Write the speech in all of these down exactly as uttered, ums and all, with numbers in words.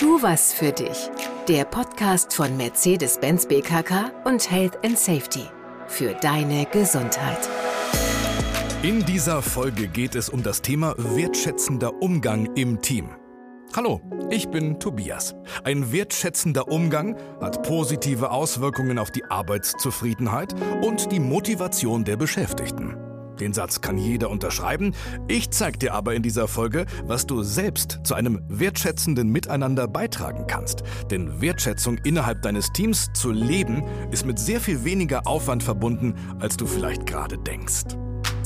Tu was für dich. Der Podcast von Mercedes-Benz B K K und Health and Safety. Für deine Gesundheit. In dieser Folge geht es um das Thema wertschätzender Umgang im Team. Hallo, ich bin Tobias. Ein wertschätzender Umgang hat positive Auswirkungen auf die Arbeitszufriedenheit und die Motivation der Beschäftigten. Den Satz kann jeder unterschreiben. Ich zeige dir aber in dieser Folge, was du selbst zu einem wertschätzenden Miteinander beitragen kannst. Denn Wertschätzung innerhalb deines Teams zu leben, ist mit sehr viel weniger Aufwand verbunden, als du vielleicht gerade denkst.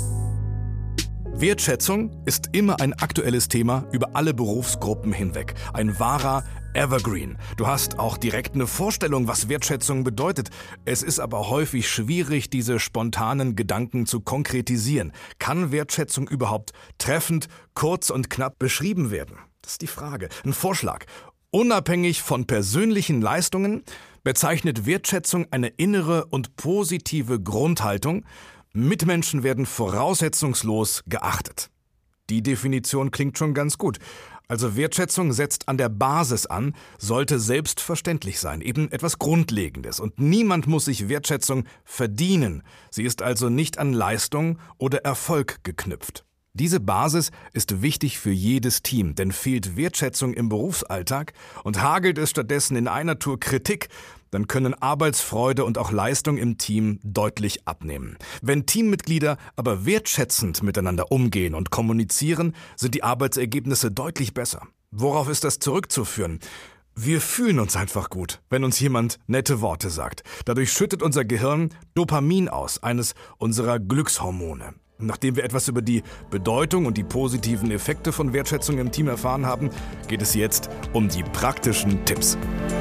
Wertschätzung ist immer ein aktuelles Thema über alle Berufsgruppen hinweg. Ein wahrer Evergreen. Du hast auch direkt eine Vorstellung, was Wertschätzung bedeutet. Es ist aber häufig schwierig, diese spontanen Gedanken zu konkretisieren. Kann Wertschätzung überhaupt treffend, kurz und knapp beschrieben werden? Das ist die Frage. Ein Vorschlag. Unabhängig von persönlichen Leistungen bezeichnet Wertschätzung eine innere und positive Grundhaltung. Mitmenschen werden voraussetzungslos geachtet. Die Definition klingt schon ganz gut. Also Wertschätzung setzt an der Basis an, sollte selbstverständlich sein, eben etwas Grundlegendes. Und niemand muss sich Wertschätzung verdienen. Sie ist also nicht an Leistung oder Erfolg geknüpft. Diese Basis ist wichtig für jedes Team, denn fehlt Wertschätzung im Berufsalltag und hagelt es stattdessen in einer Tour Kritik, dann können Arbeitsfreude und auch Leistung im Team deutlich abnehmen. Wenn Teammitglieder aber wertschätzend miteinander umgehen und kommunizieren, sind die Arbeitsergebnisse deutlich besser. Worauf ist das zurückzuführen? Wir fühlen uns einfach gut, wenn uns jemand nette Worte sagt. Dadurch schüttet unser Gehirn Dopamin aus, eines unserer Glückshormone. Nachdem wir etwas über die Bedeutung und die positiven Effekte von Wertschätzung im Team erfahren haben, geht es jetzt um die praktischen Tipps.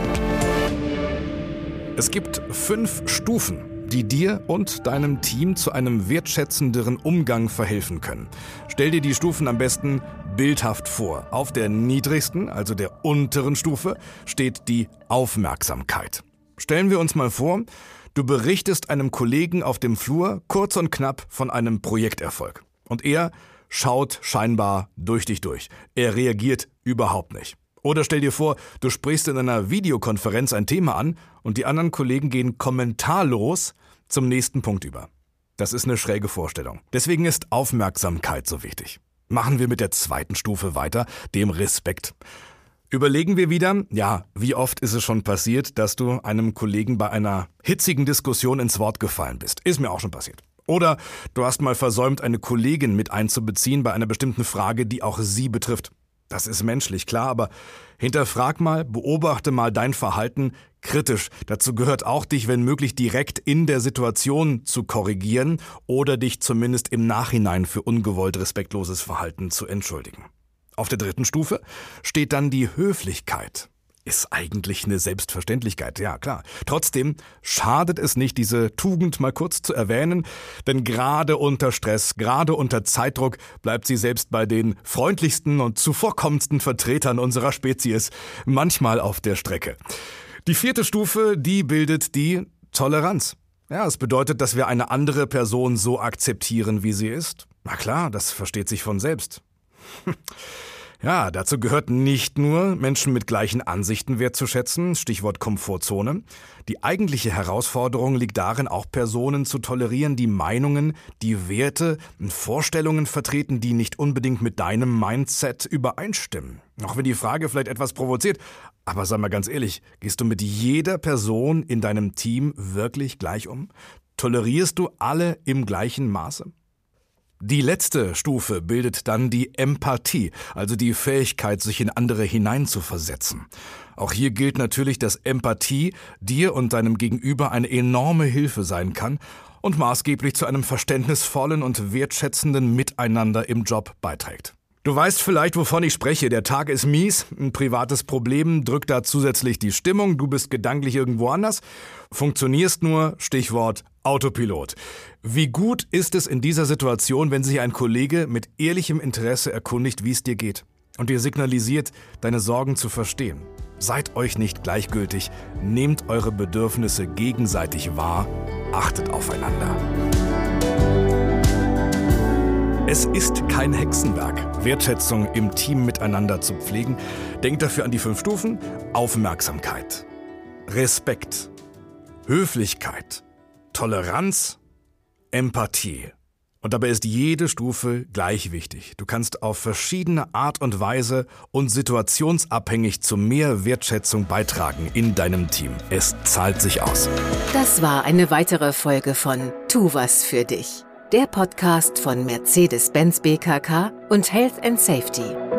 Es gibt fünf Stufen, die dir und deinem Team zu einem wertschätzenderen Umgang verhelfen können. Stell dir die Stufen am besten bildhaft vor. Auf der niedrigsten, also der unteren Stufe, steht die Aufmerksamkeit. Stellen wir uns mal vor, du berichtest einem Kollegen auf dem Flur kurz und knapp von einem Projekterfolg. Und er schaut scheinbar durch dich durch. Er reagiert überhaupt nicht. Oder stell dir vor, du sprichst in einer Videokonferenz ein Thema an und die anderen Kollegen gehen kommentarlos zum nächsten Punkt über. Das ist eine schräge Vorstellung. Deswegen ist Aufmerksamkeit so wichtig. Machen wir mit der zweiten Stufe weiter, dem Respekt. Überlegen wir wieder, ja, wie oft ist es schon passiert, dass du einem Kollegen bei einer hitzigen Diskussion ins Wort gefallen bist? Ist mir auch schon passiert. Oder du hast mal versäumt, eine Kollegin mit einzubeziehen bei einer bestimmten Frage, die auch sie betrifft. Das ist menschlich, klar, aber hinterfrag mal, beobachte mal dein Verhalten kritisch. Dazu gehört auch, dich, wenn möglich, direkt in der Situation zu korrigieren oder dich zumindest im Nachhinein für ungewollt respektloses Verhalten zu entschuldigen. Auf der dritten Stufe steht dann die Höflichkeit. Ist eigentlich eine Selbstverständlichkeit, ja klar. Trotzdem schadet es nicht, diese Tugend mal kurz zu erwähnen, denn gerade unter Stress, gerade unter Zeitdruck bleibt sie selbst bei den freundlichsten und zuvorkommendsten Vertretern unserer Spezies manchmal auf der Strecke. Die vierte Stufe, die bildet die Toleranz. Ja, es bedeutet, dass wir eine andere Person so akzeptieren, wie sie ist. Na klar, das versteht sich von selbst. Ja, dazu gehört nicht nur, Menschen mit gleichen Ansichten wertzuschätzen, Stichwort Komfortzone. Die eigentliche Herausforderung liegt darin, auch Personen zu tolerieren, die Meinungen, die Werte und Vorstellungen vertreten, die nicht unbedingt mit deinem Mindset übereinstimmen. Auch wenn die Frage vielleicht etwas provoziert, aber sei mal ganz ehrlich, gehst du mit jeder Person in deinem Team wirklich gleich um? Tolerierst du alle im gleichen Maße? Die letzte Stufe bildet dann die Empathie, also die Fähigkeit, sich in andere hineinzuversetzen. Auch hier gilt natürlich, dass Empathie dir und deinem Gegenüber eine enorme Hilfe sein kann und maßgeblich zu einem verständnisvollen und wertschätzenden Miteinander im Job beiträgt. Du weißt vielleicht, wovon ich spreche. Der Tag ist mies, ein privates Problem drückt da zusätzlich die Stimmung, du bist gedanklich irgendwo anders, funktionierst nur, Stichwort Autopilot. Wie gut ist es in dieser Situation, wenn sich ein Kollege mit ehrlichem Interesse erkundigt, wie es dir geht und dir signalisiert, deine Sorgen zu verstehen? Seid euch nicht gleichgültig, nehmt eure Bedürfnisse gegenseitig wahr, achtet aufeinander. Es ist kein Hexenwerk, Wertschätzung im Team miteinander zu pflegen. Denk dafür an die fünf Stufen: Aufmerksamkeit, Respekt, Höflichkeit, Toleranz, Empathie. Und dabei ist jede Stufe gleich wichtig. Du kannst auf verschiedene Art und Weise und situationsabhängig zu mehr Wertschätzung beitragen in deinem Team. Es zahlt sich aus. Das war eine weitere Folge von Tu was für dich, der Podcast von Mercedes-Benz B K K und Health and Safety.